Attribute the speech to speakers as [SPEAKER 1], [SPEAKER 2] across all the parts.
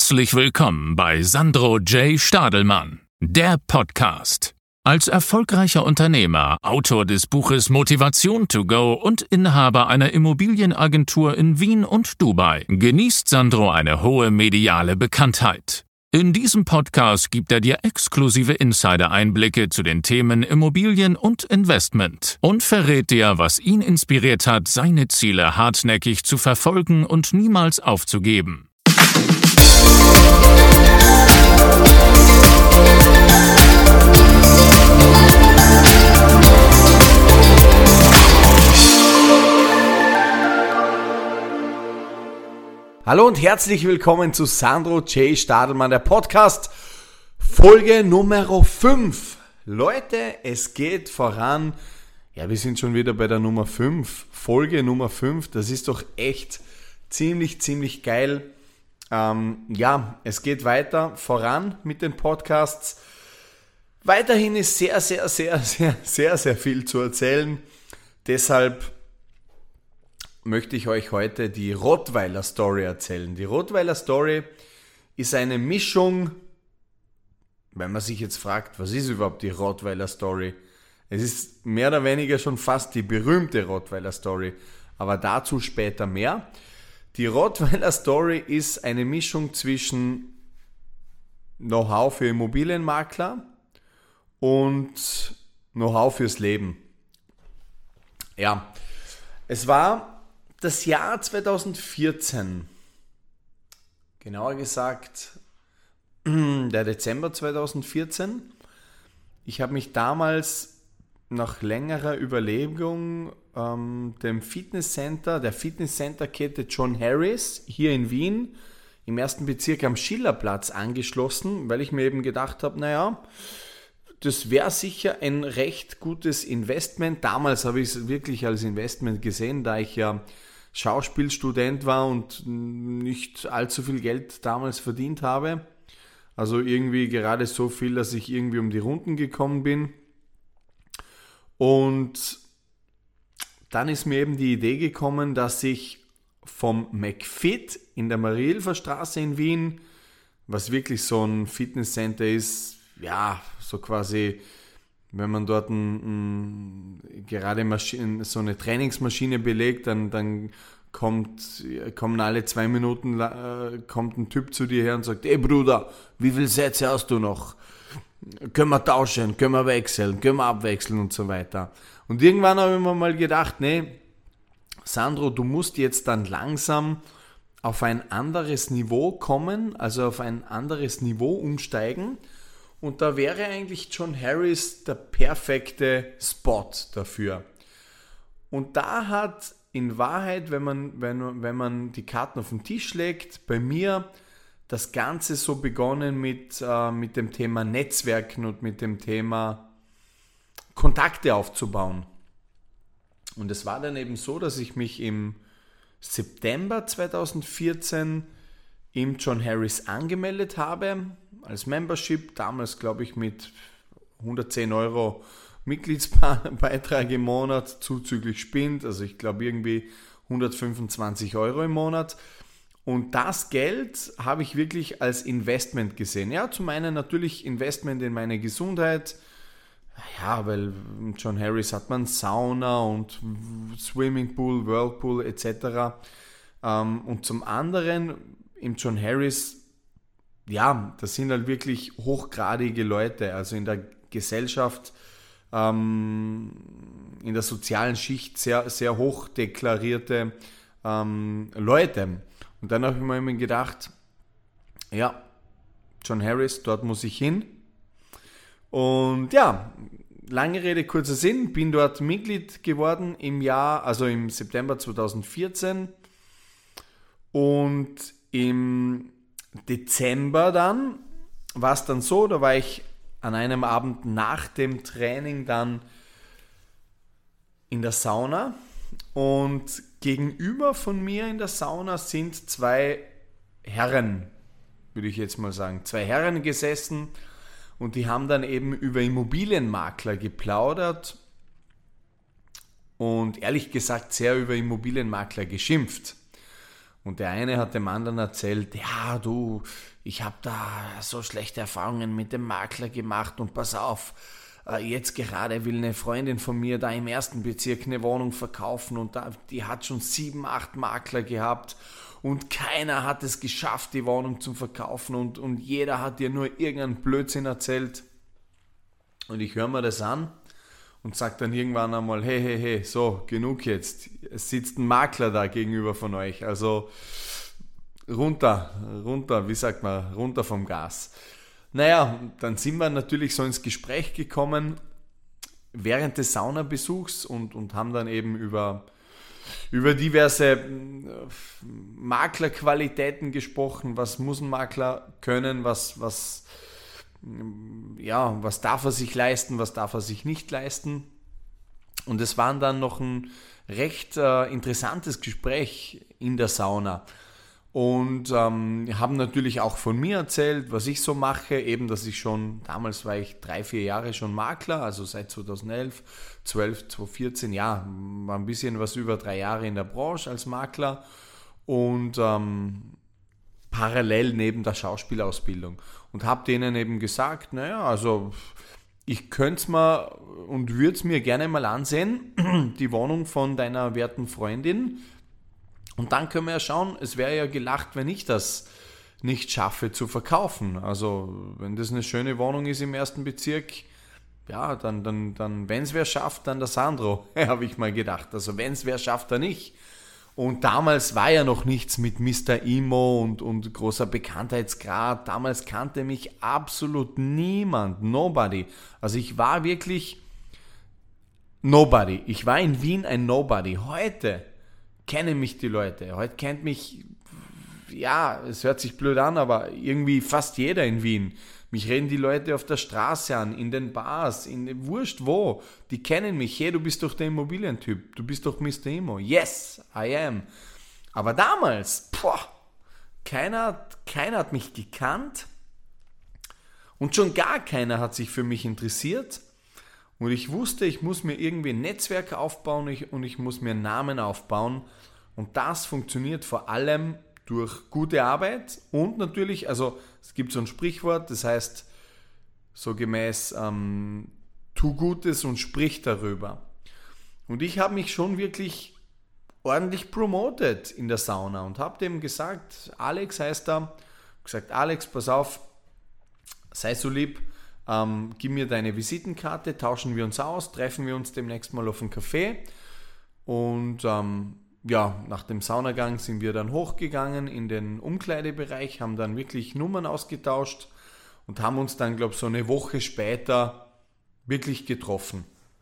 [SPEAKER 1] Herzlich willkommen bei Sandro J. Stadelmann, der Podcast. Als erfolgreicher Unternehmer, Autor des Buches Motivation to Go und Inhaber einer Immobilienagentur in Wien und Dubai genießt Sandro eine hohe mediale Bekanntheit. In diesem Podcast gibt er dir exklusive Insider-Einblicke zu den Themen Immobilien und Investment und verrät dir, was ihn inspiriert hat, seine Ziele hartnäckig zu verfolgen und niemals aufzugeben.
[SPEAKER 2] Hallo und herzlich willkommen zu Sandro J. Stadelmann, der Podcast, Folge Nummer 5. Leute, es geht voran. Ja, wir sind schon wieder bei der Nummer 5, Folge Nummer 5. Das ist doch echt ziemlich geil. Es geht weiter voran mit den Podcasts. Weiterhin ist sehr viel zu erzählen. Deshalb möchte ich euch heute die Rottweiler Story erzählen. Die Rottweiler Story ist eine Mischung, wenn man sich jetzt fragt, was ist überhaupt die Rottweiler Story? Es ist mehr oder weniger schon fast die berühmte Rottweiler Story, aber dazu später mehr. Die Rottweiler Story ist eine Mischung zwischen Know-how für Immobilienmakler und Know-how fürs Leben. Ja, es war das Jahr 2014, genauer gesagt der Dezember 2014. Ich habe mich damals nach längerer Überlegung der Fitnesscenter-Kette John Harris hier in Wien im 1. Bezirk am Schillerplatz angeschlossen, weil ich mir eben gedacht habe, naja, das wäre sicher ein recht gutes Investment. Damals habe ich es wirklich als Investment gesehen, da ich ja Schauspielstudent war und nicht allzu viel Geld damals verdient habe. Also irgendwie gerade so viel, dass ich irgendwie um die Runden gekommen bin. Und dann ist mir eben die Idee gekommen, dass ich vom McFit in der Mariahilfer Straße in Wien, was wirklich so ein Fitnesscenter ist, ja, so quasi, wenn man dort so eine Trainingsmaschine belegt, dann kommen alle 2 Minuten kommt ein Typ zu dir her und sagt, ey Bruder, wie viele Sätze hast du noch? Können wir tauschen, können wir wechseln, können wir abwechseln und so weiter. Und irgendwann habe ich mir mal gedacht, nee, Sandro, du musst jetzt dann langsam auf ein anderes Niveau kommen, also auf ein anderes Niveau umsteigen. Und da wäre eigentlich John Harris der perfekte Spot dafür. Und da hat in Wahrheit, wenn man die Karten auf den Tisch legt, bei mir das Ganze so begonnen mit dem Thema Netzwerken und mit dem Thema Kontakte aufzubauen. Und es war dann eben so, dass ich mich im September 2014 im John Harris angemeldet habe, als Membership, damals glaube ich mit 110 Euro Mitgliedsbeitrag im Monat, zuzüglich Spind, also ich glaube irgendwie 125 Euro im Monat. Und das Geld habe ich wirklich als Investment gesehen. Ja, zum einen natürlich Investment in meine Gesundheit. Ja, weil im John Harris hat man Sauna und Swimmingpool, Whirlpool etc. Und zum anderen im John Harris, ja, das sind halt wirklich hochgradige Leute, also in der Gesellschaft, in der sozialen Schicht sehr hoch deklarierte Leute. Und dann habe ich mir immer gedacht, ja, John Harris, dort muss ich hin. Und ja, lange Rede, kurzer Sinn, bin dort Mitglied geworden im September 2014. Und im Dezember dann war es dann so, da war ich an einem Abend nach dem Training dann in der Sauna und gegenüber von mir in der Sauna sind 2 Herren, würde ich jetzt mal sagen, 2 Herren gesessen und die haben dann eben über Immobilienmakler geplaudert und ehrlich gesagt sehr über Immobilienmakler geschimpft. Und der eine hat dem anderen erzählt, ja du, ich habe da so schlechte Erfahrungen mit dem Makler gemacht und pass auf, jetzt gerade will eine Freundin von mir da im ersten Bezirk eine Wohnung verkaufen und die hat schon 7, 8 Makler gehabt und keiner hat es geschafft, die Wohnung zu verkaufen und jeder hat ihr nur irgendeinen Blödsinn erzählt. Und ich höre mir das an und sage dann irgendwann einmal, hey, so, genug jetzt. Es sitzt ein Makler da gegenüber von euch, also runter, wie sagt man, runter vom Gas. Naja, dann sind wir natürlich so ins Gespräch gekommen während des Saunabesuchs und haben dann eben über diverse Maklerqualitäten gesprochen. Was muss ein Makler können, was darf er sich leisten, was darf er sich nicht leisten. Und es war dann noch ein recht interessantes Gespräch in der Sauna. Und haben natürlich auch von mir erzählt, was ich so mache, eben, dass ich schon, damals war ich 3-4 Jahre schon Makler, also seit 2011, 2014, ja, war ein bisschen was über 3 Jahre in der Branche als Makler und parallel neben der Schauspielausbildung. Und habe denen eben gesagt, naja, also ich könnte es mir und würde es mir gerne mal ansehen, die Wohnung von deiner werten Freundin. Und dann können wir ja schauen, es wäre ja gelacht, wenn ich das nicht schaffe zu verkaufen. Also wenn das eine schöne Wohnung ist im ersten Bezirk, ja, dann wenn es wer schafft, dann der Sandro, habe ich mal gedacht. Also wenn es wer schafft, dann ich. Und damals war ja noch nichts mit Mr. Imo und großer Bekanntheitsgrad. Damals kannte mich absolut niemand, nobody. Also ich war wirklich nobody. Ich war in Wien ein Nobody. Heute kennen mich die Leute. Heute kennt mich, ja, es hört sich blöd an, aber irgendwie fast jeder in Wien. Mich reden die Leute auf der Straße an, in den Bars, wurscht wo. Die kennen mich. Hey, du bist doch der Immobilientyp. Du bist doch Mr. Immo. Yes, I am. Aber damals, keiner hat mich gekannt und schon gar keiner hat sich für mich interessiert. Und ich wusste, ich muss mir irgendwie ein Netzwerk aufbauen und ich muss mir einen Namen aufbauen. Und das funktioniert vor allem durch gute Arbeit und natürlich, also es gibt so ein Sprichwort, das heißt so gemäß, tu Gutes und sprich darüber. Und ich habe mich schon wirklich ordentlich promotet in der Sauna und habe dem gesagt, Alex heißt er, gesagt, Alex, pass auf, sei so lieb, gib mir deine Visitenkarte, tauschen wir uns aus, treffen wir uns demnächst mal auf einen Kaffee. Und nach dem Saunagang sind wir dann hochgegangen in den Umkleidebereich, haben dann wirklich Nummern ausgetauscht und haben uns dann, glaube ich, so eine Woche später wirklich getroffen.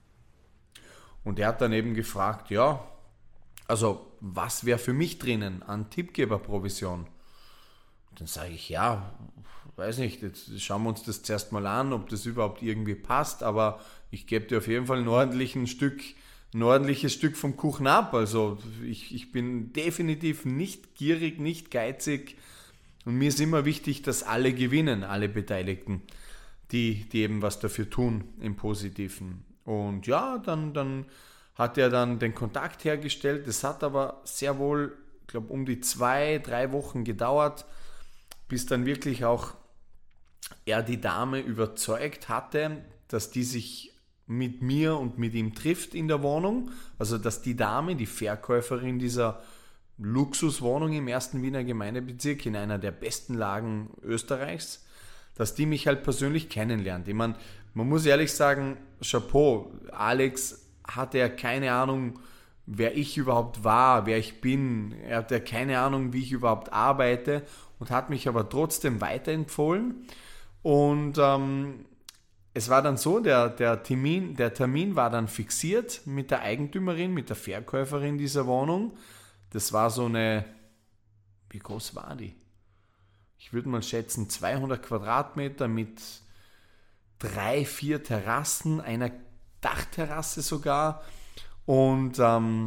[SPEAKER 2] Und er hat dann eben gefragt, ja, also was wäre für mich drinnen an Tippgeberprovision? Und dann sage ich, ja, weiß nicht, jetzt schauen wir uns das zuerst mal an, ob das überhaupt irgendwie passt, aber ich gebe dir auf jeden Fall ein ordentliches Stück vom Kuchen ab. Also ich bin definitiv nicht gierig, nicht geizig und mir ist immer wichtig, dass alle gewinnen, alle Beteiligten, die eben was dafür tun im Positiven. Und ja, dann hat er dann den Kontakt hergestellt. Das hat aber sehr wohl, ich glaube, um die 2-3 Wochen gedauert, bis dann wirklich auch er die Dame überzeugt hatte, dass die sich mit mir und mit ihm trifft in der Wohnung. Also dass die Dame, die Verkäuferin dieser Luxuswohnung im 1. Wiener Gemeindebezirk in einer der besten Lagen Österreichs, dass die mich halt persönlich kennenlernt. Ich meine, man muss ehrlich sagen, Chapeau, Alex hatte ja keine Ahnung, wer ich überhaupt war, wer ich bin. Er hatte ja keine Ahnung, wie ich überhaupt arbeite und hat mich aber trotzdem weiterempfohlen. Und es war dann so, der Termin war dann fixiert mit der Eigentümerin, mit der Verkäuferin dieser Wohnung. Das war so eine, wie groß war die? Ich würde mal schätzen 200 Quadratmeter mit 3-4 Terrassen, einer Dachterrasse sogar. Und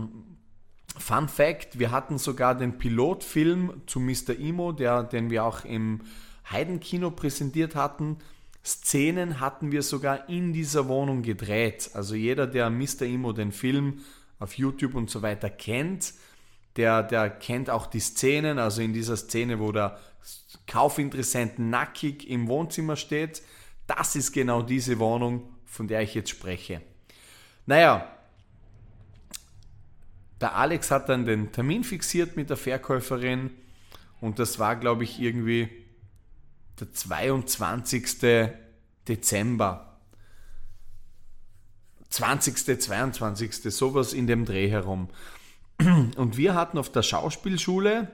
[SPEAKER 2] Fun Fact, wir hatten sogar den Pilotfilm zu Mr. Imo, den wir auch im Heidenkino präsentiert hatten. Szenen hatten wir sogar in dieser Wohnung gedreht. Also jeder, der Mr. Imo, den Film auf YouTube und so weiter kennt, der kennt auch die Szenen, also in dieser Szene, wo der Kaufinteressent nackig im Wohnzimmer steht. Das ist genau diese Wohnung, von der ich jetzt spreche. Naja, der Alex hat dann den Termin fixiert mit der Verkäuferin und das war, glaube ich, irgendwie der 22. Dezember. 20., 22., sowas in dem Dreh herum. Und wir hatten auf der Schauspielschule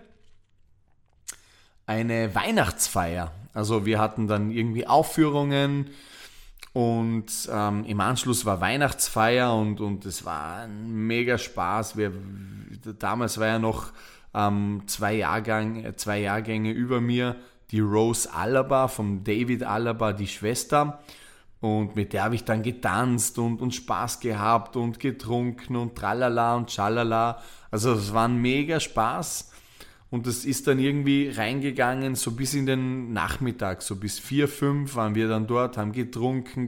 [SPEAKER 2] eine Weihnachtsfeier. Also wir hatten dann irgendwie Aufführungen und im Anschluss war Weihnachtsfeier und es war ein mega Spaß. Damals war ja noch 2 Jahrgänge über mir, die Rose Alaba, vom David Alaba, die Schwester. Und mit der habe ich dann getanzt und Spaß gehabt und getrunken und tralala und schalala. Also es war ein mega Spaß. Und das ist dann irgendwie reingegangen, so bis in den Nachmittag, so bis 4, 5 waren wir dann dort, haben getrunken,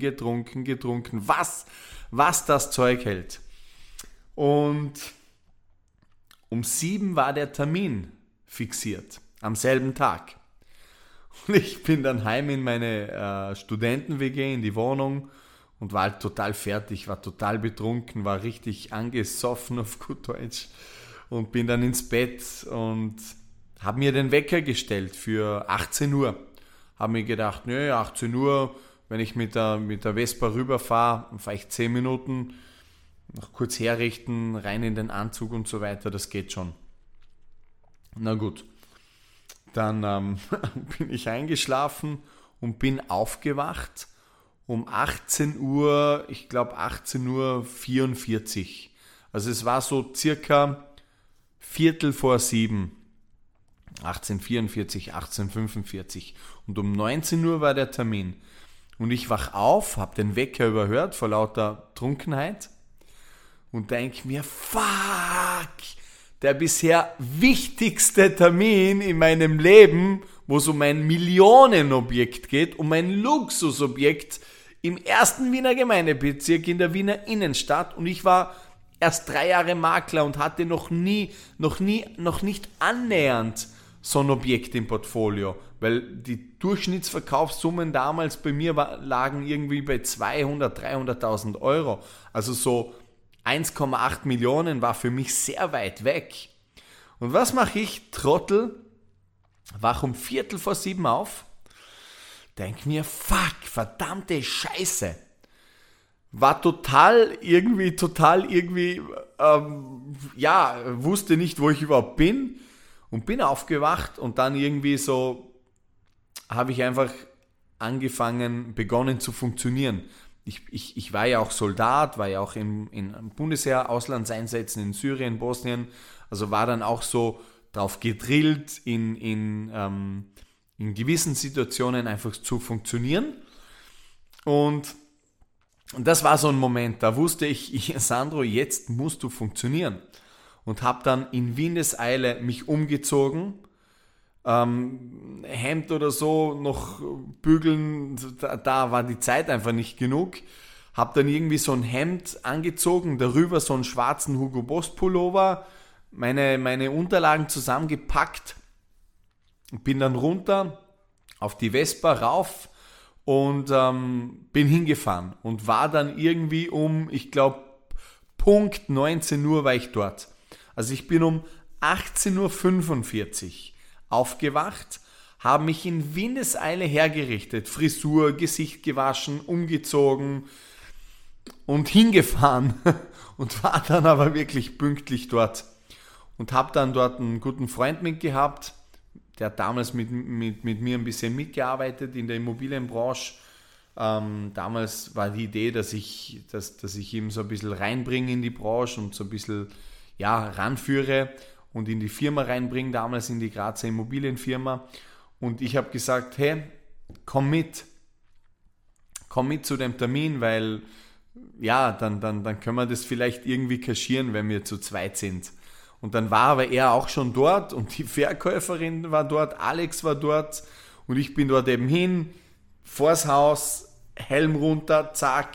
[SPEAKER 2] was das Zeug hält. Und um 7 war der Termin fixiert, am selben Tag. Und ich bin dann heim in meine Studenten-WG, in die Wohnung und war halt total fertig, war total betrunken, war richtig angesoffen auf gut Deutsch und bin dann ins Bett und habe mir den Wecker gestellt für 18 Uhr. Habe mir gedacht, 18 Uhr, wenn ich mit der Vespa rüberfahre, fahre ich 10 Minuten, noch kurz herrichten, rein in den Anzug und so weiter, das geht schon. Na gut. Dann bin ich eingeschlafen und bin aufgewacht um 18 Uhr, ich glaube 18:44 Uhr. Also es war so circa 6:45, 18:44, 18:45. Und um 19 Uhr war der Termin. Und ich wach auf, habe den Wecker überhört vor lauter Trunkenheit und denke mir, fuck, der bisher wichtigste Termin in meinem Leben, wo es um ein Millionenobjekt geht, um ein Luxusobjekt im 1. Wiener Gemeindebezirk in der Wiener Innenstadt und ich war erst 3 Jahre Makler und hatte noch nicht annähernd so ein Objekt im Portfolio, weil die Durchschnittsverkaufssummen damals bei mir lagen irgendwie bei 200.000, 300.000 Euro, also so 1,8 Millionen war für mich sehr weit weg. Und was mache ich? Trottel, wach um 6:45 auf, denk mir, fuck, verdammte Scheiße. War total irgendwie, wusste nicht, wo ich überhaupt bin und bin aufgewacht und dann irgendwie so habe ich einfach begonnen zu funktionieren. Ich war ja auch Soldat, war ja auch in Bundesheer, Auslandseinsätzen in Syrien, Bosnien, also war dann auch so drauf gedrillt, in gewissen Situationen einfach zu funktionieren. Und das war so ein Moment, da wusste ich, Sandro, jetzt musst du funktionieren. Und habe dann in Windeseile mich umgezogen, Hemd oder so noch bügeln, da war die Zeit einfach nicht genug. Hab dann irgendwie so ein Hemd angezogen, darüber so einen schwarzen Hugo Boss Pullover, meine Unterlagen zusammengepackt und bin dann runter auf die Vespa rauf und bin hingefahren und war dann irgendwie ich glaube, Punkt 19 Uhr war ich dort. Also ich bin um 18:45 Uhr aufgewacht, habe mich in Windeseile hergerichtet, Frisur, Gesicht gewaschen, umgezogen und hingefahren und war dann aber wirklich pünktlich dort und habe dann dort einen guten Freund mitgehabt, der hat damals mit mir ein bisschen mitgearbeitet in der Immobilienbranche. Damals war die Idee, dass ich ihn so ein bisschen reinbringe in die Branche und so ein bisschen ranführe und in die Firma reinbringen, damals in die Grazer Immobilienfirma. Und ich habe gesagt, hey, komm mit zu dem Termin, weil dann können wir das vielleicht irgendwie kaschieren, wenn wir zu zweit sind. Und dann war aber er auch schon dort und die Verkäuferin war dort, Alex war dort und Und ich bin dort eben hin, vors Haus, Helm runter, zack,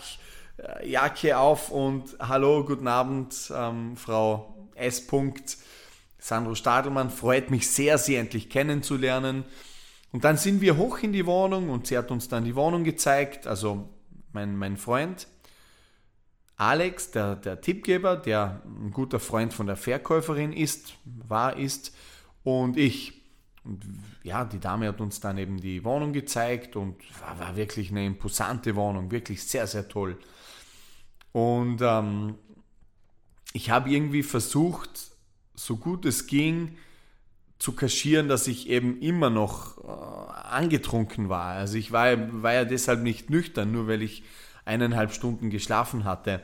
[SPEAKER 2] Jacke auf und hallo, guten Abend, Frau S. Sandro Stadelmann, freut mich sehr, Sie endlich kennenzulernen. Und dann sind wir hoch in die Wohnung und sie hat uns dann die Wohnung gezeigt, also mein Freund Alex, der Tippgeber, der ein guter Freund von der Verkäuferin ist, und ich. Und ja, die Dame hat uns dann eben die Wohnung gezeigt und war wirklich eine imposante Wohnung, wirklich sehr, sehr toll. Und ich habe irgendwie versucht, so gut es ging, zu kaschieren, dass ich eben immer noch angetrunken war. Also ich war ja deshalb nicht nüchtern, nur weil ich 1,5 Stunden geschlafen hatte.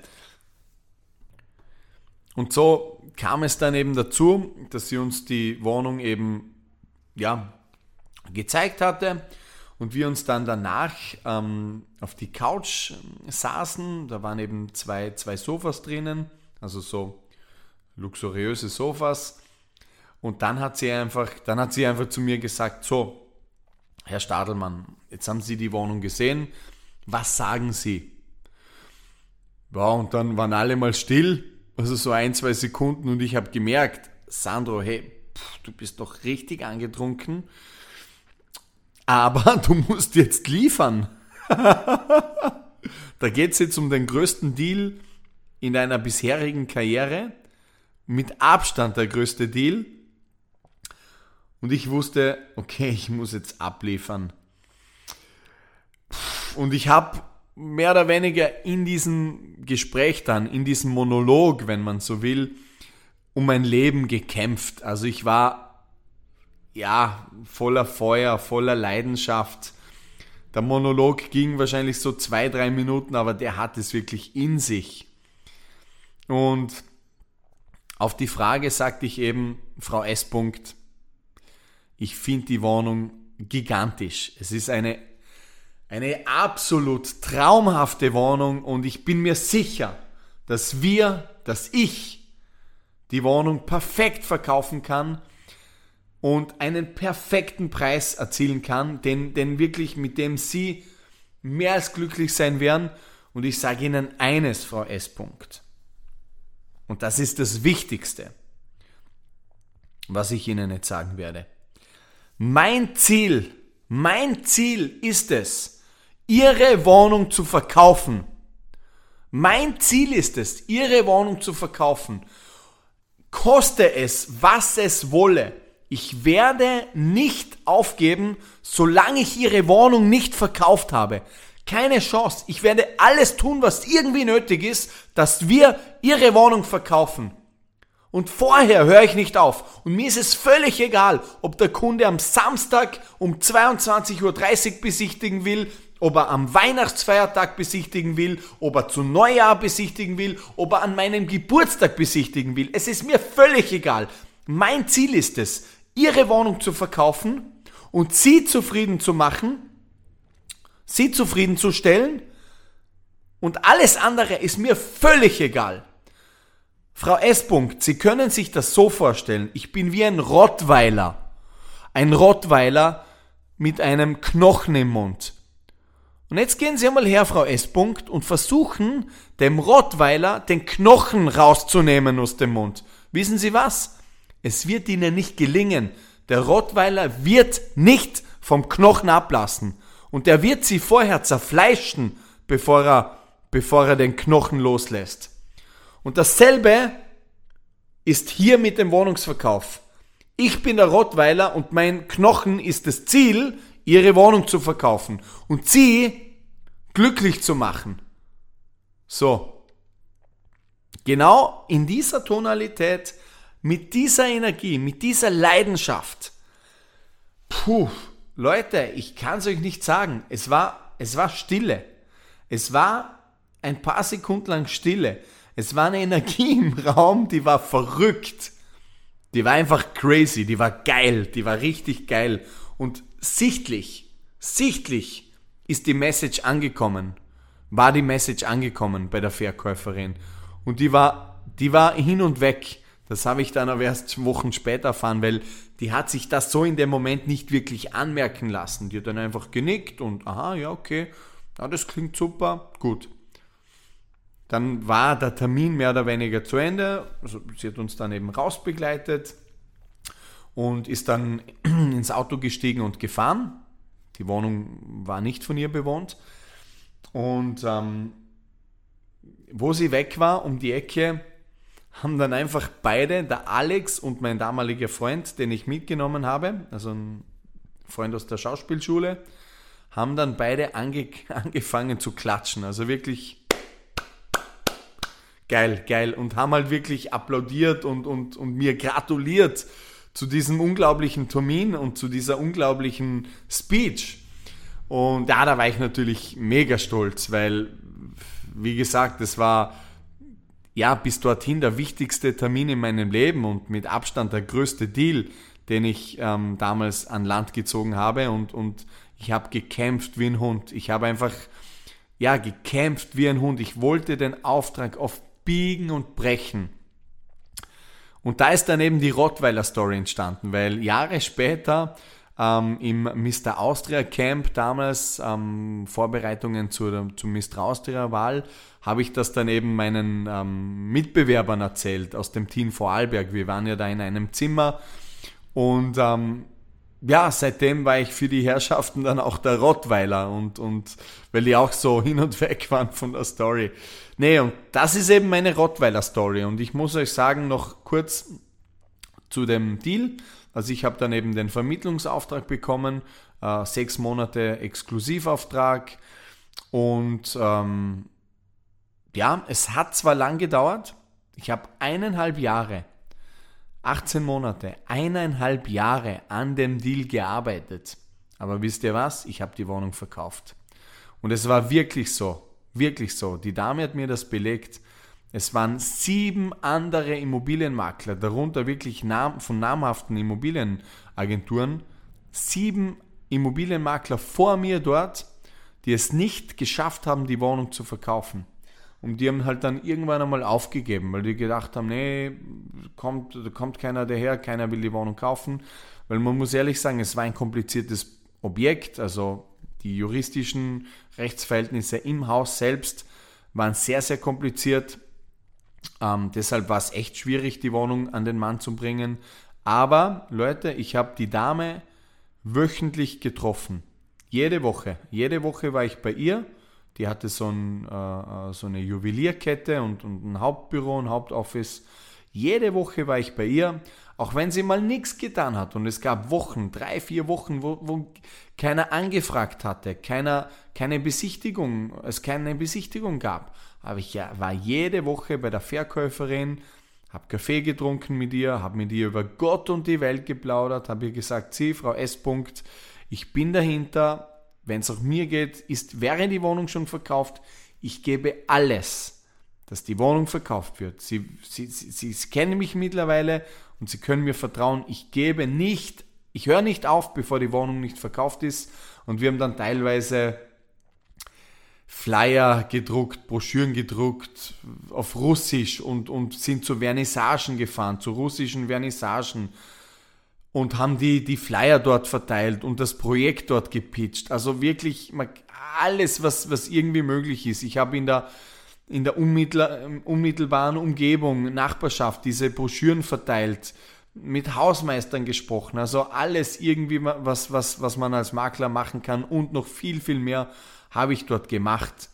[SPEAKER 2] Und so kam es dann eben dazu, dass sie uns die Wohnung eben gezeigt hatte und wir uns dann danach auf die Couch saßen. Da waren eben zwei Sofas drinnen, also so luxuriöse Sofas. Und dann hat sie einfach zu mir gesagt, so, Herr Stadelmann, jetzt haben Sie die Wohnung gesehen, was sagen Sie? Ja, und dann waren alle mal still, also so 1-2 Sekunden, und ich habe gemerkt, Sandro, hey, du bist doch richtig angetrunken, aber du musst jetzt liefern. Da geht es jetzt um den größten Deal in deiner bisherigen Karriere, mit Abstand der größte Deal. Und ich wusste, okay, ich muss jetzt abliefern. Und ich habe mehr oder weniger in diesem Gespräch dann, in diesem Monolog, wenn man so will, um mein Leben gekämpft. Also ich war voller Feuer, voller Leidenschaft. Der Monolog ging wahrscheinlich so 2-3 Minuten, aber der hat es wirklich in sich. Und auf die Frage sagte ich eben, Frau S. Ich finde die Wohnung gigantisch. Es ist eine absolut traumhafte Wohnung und ich bin mir sicher, dass ich die Wohnung perfekt verkaufen kann und einen perfekten Preis erzielen kann, denn wirklich mit dem Sie mehr als glücklich sein werden. Und ich sage Ihnen eines, Frau S. Und das ist das Wichtigste, was ich Ihnen jetzt sagen werde. Mein Ziel ist es, Ihre Wohnung zu verkaufen. Mein Ziel ist es, Ihre Wohnung zu verkaufen. Koste es, was es wolle. Ich werde nicht aufgeben, solange ich Ihre Wohnung nicht verkauft habe. Keine Chance. Ich werde alles tun, was irgendwie nötig ist, dass wir Ihre Wohnung verkaufen. Und vorher höre ich nicht auf. Und mir ist es völlig egal, ob der Kunde am Samstag um 22:30 Uhr besichtigen will, ob er am Weihnachtsfeiertag besichtigen will, ob er zu Neujahr besichtigen will, ob er an meinem Geburtstag besichtigen will. Es ist mir völlig egal. Mein Ziel ist es, Ihre Wohnung zu verkaufen und Sie zufrieden zu machen, Sie zufriedenzustellen, und alles andere ist mir völlig egal. Frau S. Sie können sich das so vorstellen, ich bin wie ein Rottweiler. Ein Rottweiler mit einem Knochen im Mund. Und jetzt gehen Sie einmal her, Frau S. und versuchen, dem Rottweiler den Knochen rauszunehmen aus dem Mund. Wissen Sie was? Es wird Ihnen nicht gelingen. Der Rottweiler wird nicht vom Knochen ablassen. Und er wird Sie vorher zerfleischen, bevor er den Knochen loslässt. Und dasselbe ist hier mit dem Wohnungsverkauf. Ich bin der Rottweiler und mein Knochen ist das Ziel, Ihre Wohnung zu verkaufen und Sie glücklich zu machen. So, genau in dieser Tonalität, mit dieser Energie, mit dieser Leidenschaft. Leute, ich kann es euch nicht sagen. Es war Stille. Es war ein paar Sekunden lang Stille. Es war eine Energie im Raum, die war verrückt. Die war einfach crazy, die war geil, die war richtig geil. Und sichtlich ist die Message angekommen. War die Message angekommen bei der Verkäuferin. Und die war hin und weg. Das habe ich dann aber erst Wochen später erfahren, weil die hat sich das so in dem Moment nicht wirklich anmerken lassen. Die hat dann einfach genickt und aha, ja, okay, ja, das klingt super, gut. Dann war der Termin mehr oder weniger zu Ende. Also sie hat uns dann eben rausbegleitet und ist dann ins Auto gestiegen und gefahren. Die Wohnung war nicht von ihr bewohnt. Und wo sie weg war, um die Ecke, haben dann einfach beide, der Alex und mein damaliger Freund, den ich mitgenommen habe, also ein Freund aus der Schauspielschule, haben dann beide angefangen zu klatschen. Also wirklich geil. Und haben halt wirklich applaudiert und mir gratuliert zu diesem unglaublichen Termin und zu dieser unglaublichen Speech. Und ja, da war ich natürlich mega stolz, weil, wie gesagt, das war ja bis dorthin der wichtigste Termin in meinem Leben und mit Abstand der größte Deal, den ich damals an Land gezogen habe, und ich habe gekämpft wie ein Hund. Ich habe einfach gekämpft wie ein Hund. Ich wollte den Auftrag auf Biegen und Brechen. Und da ist dann eben die Rottweiler-Story entstanden, weil Jahre später im Mr. Austria Camp damals, Vorbereitungen zum Mr. Austria Wahl, habe ich das dann eben meinen Mitbewerbern erzählt aus dem Team Vorarlberg. Wir waren ja da in einem Zimmer und seitdem war ich für die Herrschaften dann auch der Rottweiler und weil die auch so hin und weg waren von der Story. Nee, und das ist eben meine Rottweiler-Story und ich muss euch sagen, noch kurz zu dem Deal. Also ich habe dann eben den Vermittlungsauftrag bekommen, 6 Monate Exklusivauftrag und es hat zwar lang gedauert, ich habe 1,5 Jahre, 18 Monate, 1,5 Jahre an dem Deal gearbeitet, aber wisst ihr was, ich habe die Wohnung verkauft und es war wirklich so, die Dame hat mir das belegt. Es waren 7 andere Immobilienmakler, darunter wirklich von namhaften Immobilienagenturen, 7 Immobilienmakler vor mir dort, die es nicht geschafft haben, die Wohnung zu verkaufen. Und die haben halt dann irgendwann einmal aufgegeben, weil die gedacht haben, nee, kommt keiner daher, keiner will die Wohnung kaufen. Weil man muss ehrlich sagen, es war ein kompliziertes Objekt, also die juristischen Rechtsverhältnisse im Haus selbst waren sehr, sehr kompliziert. Deshalb war es echt schwierig, die Wohnung an den Mann zu bringen. Aber Leute, ich habe die Dame wöchentlich getroffen. Jede Woche war ich bei ihr. Die hatte so eine Juwelierkette und ein Hauptbüro, ein Hauptoffice. Jede Woche war ich bei ihr, auch wenn sie mal nichts getan hat. Und es gab Wochen, 3-4 Wochen, wo keiner angefragt hatte, keine Besichtigung gab. Aber ich war jede Woche bei der Verkäuferin, habe Kaffee getrunken mit ihr, habe mit ihr über Gott und die Welt geplaudert, habe ihr gesagt, Sie, Frau S. ich bin dahinter, wenn es auch mir geht, wäre die Wohnung schon verkauft, ich gebe alles, dass die Wohnung verkauft wird. Sie kennen mich mittlerweile und Sie können mir vertrauen, ich höre nicht auf, bevor die Wohnung nicht verkauft ist. Und wir haben dann teilweise Flyer gedruckt, Broschüren gedruckt auf Russisch und sind zu Vernissagen gefahren, zu russischen Vernissagen und haben die Flyer dort verteilt und das Projekt dort gepitcht. Also wirklich alles, was irgendwie möglich ist. Ich habe in der unmittelbaren Umgebung, Nachbarschaft, diese Broschüren verteilt, mit Hausmeistern gesprochen. Also alles irgendwie, was man als Makler machen kann und noch viel, viel mehr habe ich dort gemacht.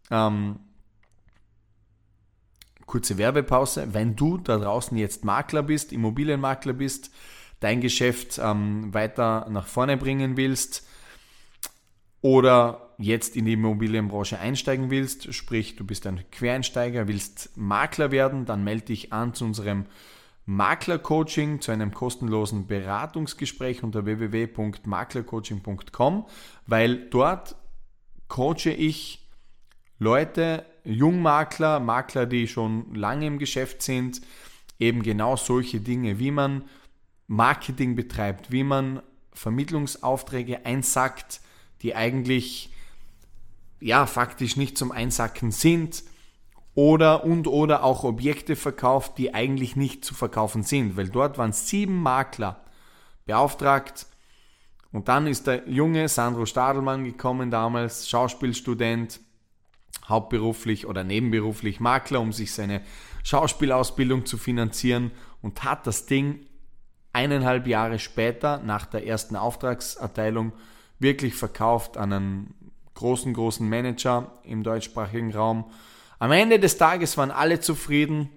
[SPEAKER 2] Kurze Werbepause. Wenn du da draußen jetzt Makler bist, Immobilienmakler bist, dein Geschäft weiter nach vorne bringen willst oder jetzt in die Immobilienbranche einsteigen willst, sprich du bist ein Quereinsteiger, willst Makler werden, dann melde dich an zu unserem Maklercoaching, zu einem kostenlosen Beratungsgespräch unter www.maklercoaching.com, weil dort coache ich Leute, Jungmakler, Makler, die schon lange im Geschäft sind, eben genau solche Dinge, wie man Marketing betreibt, wie man Vermittlungsaufträge einsackt, die eigentlich faktisch nicht zum Einsacken sind, oder auch Objekte verkauft, die eigentlich nicht zu verkaufen sind, weil dort waren 7 Makler beauftragt. Und dann ist der junge Sandro Stadelmann gekommen, damals Schauspielstudent, hauptberuflich oder nebenberuflich Makler, um sich seine Schauspielausbildung zu finanzieren und hat das Ding 1,5 Jahre später, nach der ersten Auftragserteilung, wirklich verkauft an einen großen Manager im deutschsprachigen Raum. Am Ende des Tages waren alle zufrieden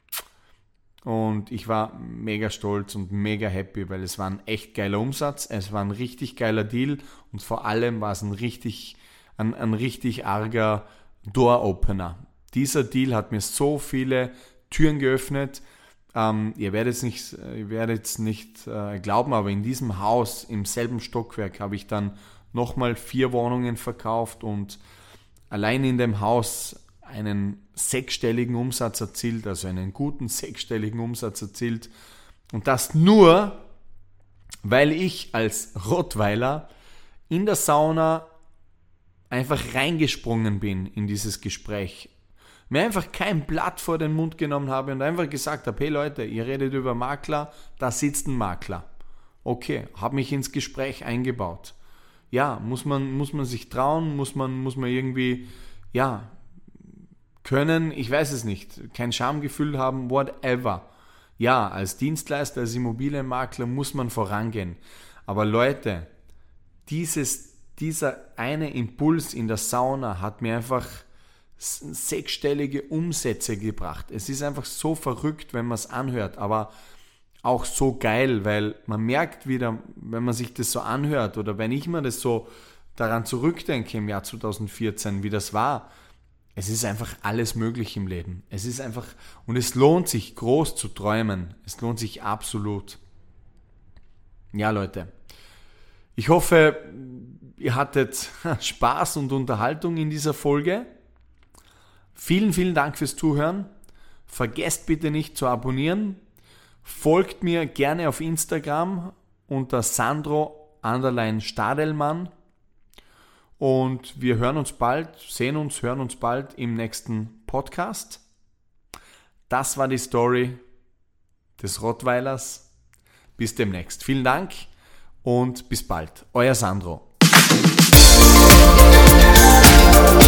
[SPEAKER 2] und ich war mega stolz und mega happy, weil es war ein echt geiler Umsatz, es war ein richtig geiler Deal und vor allem war es ein richtig arger Door-Opener. Dieser Deal hat mir so viele Türen geöffnet. Ihr werdet es nicht glauben, aber in diesem Haus, im selben Stockwerk, habe ich dann nochmal 4 Wohnungen verkauft und allein in dem Haus einen 6-stelligen Umsatz erzielt, also einen guten 6-stelligen Umsatz erzielt. Und das nur, weil ich als Rottweiler in der Sauna einfach reingesprungen bin in dieses Gespräch. Mir einfach kein Blatt vor den Mund genommen habe und einfach gesagt habe, hey Leute, ihr redet über Makler, da sitzt ein Makler. Okay, habe mich ins Gespräch eingebaut. Ja, muss man sich trauen, muss man irgendwie, ja, können, ich weiß es nicht, kein Schamgefühl haben, whatever. Ja, als Dienstleister, als Immobilienmakler muss man vorangehen. Aber Leute, dieser eine Impuls in der Sauna hat mir einfach 6-stellige Umsätze gebracht. Es ist einfach so verrückt, wenn man es anhört, aber auch so geil, weil man merkt wieder, wenn man sich das so anhört oder wenn ich mir das so daran zurückdenke im Jahr 2014, wie das war, es ist einfach alles möglich im Leben. Es ist einfach, und es lohnt sich groß zu träumen. Es lohnt sich absolut. Ja, Leute, ich hoffe, ihr hattet Spaß und Unterhaltung in dieser Folge. Vielen Dank fürs Zuhören. Vergesst bitte nicht zu abonnieren. Folgt mir gerne auf Instagram unter Sandro_Stadelmann. Und wir hören uns bald, hören uns bald im nächsten Podcast. Das war die Story des Rottweilers. Bis demnächst. Vielen Dank und bis bald. Euer Sandro.